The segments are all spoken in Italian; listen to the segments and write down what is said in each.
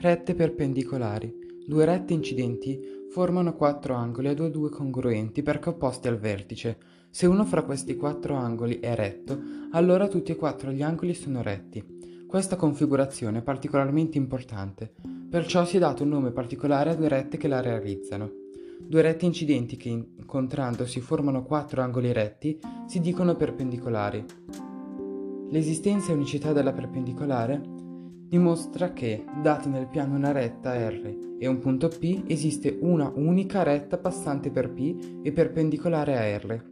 Rette perpendicolari. Due rette incidenti formano quattro angoli ad due congruenti perché opposti al vertice. Se uno fra questi quattro angoli è retto, allora tutti e quattro gli angoli sono retti. Questa configurazione è particolarmente importante, perciò si è dato un nome particolare a due rette che la realizzano. Due rette incidenti che incontrandosi formano quattro angoli retti si dicono perpendicolari. L'esistenza e unicità della perpendicolare dimostra che, dati nel piano una retta R e un punto P, esiste una unica retta passante per P e perpendicolare a R.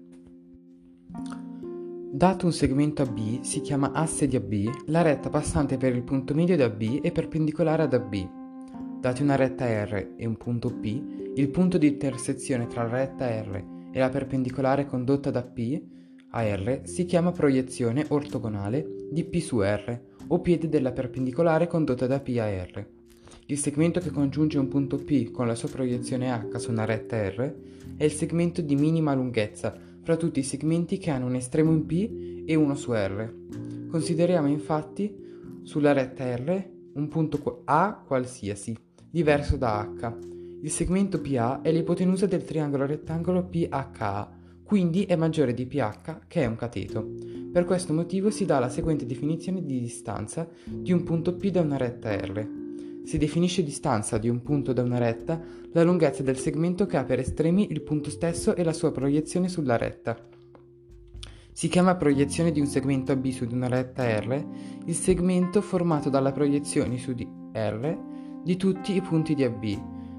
Dato un segmento AB si chiama asse di AB, la retta passante per il punto medio di AB è perpendicolare ad AB. Dati una retta R e un punto P, il punto di intersezione tra la retta R e la perpendicolare condotta da P a R si chiama proiezione ortogonale di P su R o piede della perpendicolare condotta da P a R. Il segmento che congiunge un punto P con la sua proiezione H su una retta R è il segmento di minima lunghezza fra tutti i segmenti che hanno un estremo in P e uno su R. Consideriamo infatti sulla retta R un punto A qualsiasi, diverso da H. Il segmento PA è l'ipotenusa del triangolo rettangolo PHA, quindi è maggiore di PH, che è un cateto. Per questo motivo si dà la seguente definizione di distanza di un punto P da una retta R. Si definisce distanza di un punto da una retta la lunghezza del segmento che ha per estremi il punto stesso e la sua proiezione sulla retta. Si chiama proiezione di un segmento AB su di una retta R il segmento formato dalla proiezione su di R di tutti i punti di AB.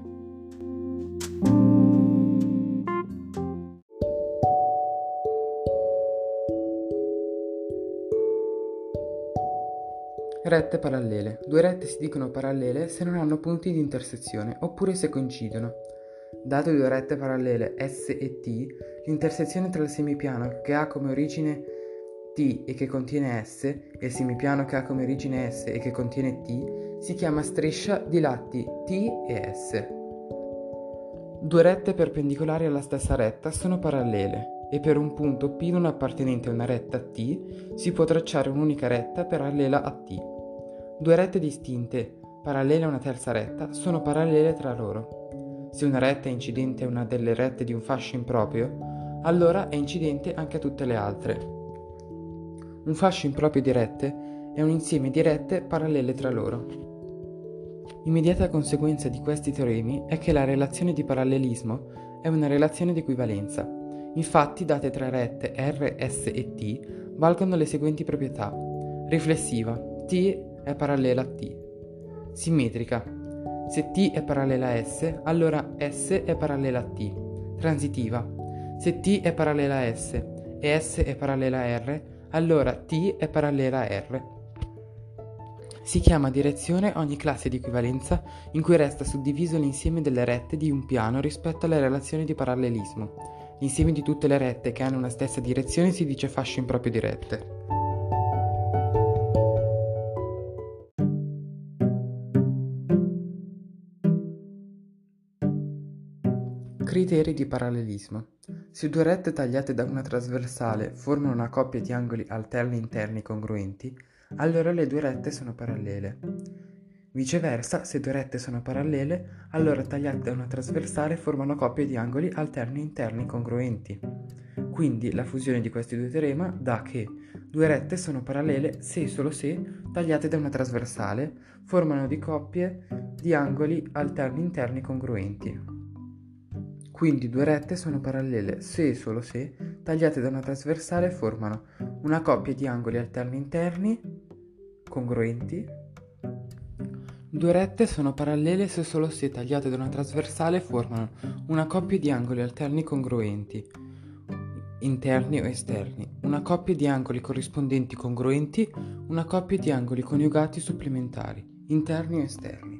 Rette parallele. Due rette si dicono parallele se non hanno punti di intersezione oppure se coincidono. Date due rette parallele S e T, l'intersezione tra il semipiano che ha come origine T e che contiene S e il semipiano che ha come origine S e che contiene T si chiama striscia di lati T e S. Due rette perpendicolari alla stessa retta sono parallele e per un punto P non appartenente a una retta T si può tracciare un'unica retta parallela a T. Due rette distinte, parallele a una terza retta, sono parallele tra loro. Se una retta è incidente a una delle rette di un fascio improprio, allora è incidente anche a tutte le altre. Un fascio improprio di rette è un insieme di rette parallele tra loro. Immediata conseguenza di questi teoremi è che la relazione di parallelismo è una relazione di equivalenza. Infatti, date tre rette R, S e T, valgono le seguenti proprietà. Riflessiva, T è parallela a T. Simmetrica, se T è parallela a S, allora S è parallela a T. Transitiva, se T è parallela a S e S è parallela a R, allora T è parallela a R. Si chiama direzione ogni classe di equivalenza in cui resta suddiviso l'insieme delle rette di un piano rispetto alle relazioni di parallelismo. L'insieme di tutte le rette che hanno una stessa direzione si dice fascio improprio di rette. Criteri di parallelismo. Se due rette tagliate da una trasversale formano una coppia di angoli alterni interni congruenti, allora le due rette sono parallele. Viceversa, se due rette sono parallele, allora tagliate da una trasversale formano coppie di angoli alterni interni congruenti. Quindi la fusione di questi due teoremi dà che due rette sono parallele se e solo se, tagliate da una trasversale, formano di coppie di angoli alterni interni congruenti. Quindi due rette sono parallele se e solo se, tagliate da una trasversale, formano una coppia di angoli alterni interni congruenti. Due rette sono parallele se e solo se, tagliate da una trasversale, formano una coppia di angoli alterni congruenti, interni o esterni, una coppia di angoli corrispondenti congruenti, una coppia di angoli coniugati supplementari, interni o esterni.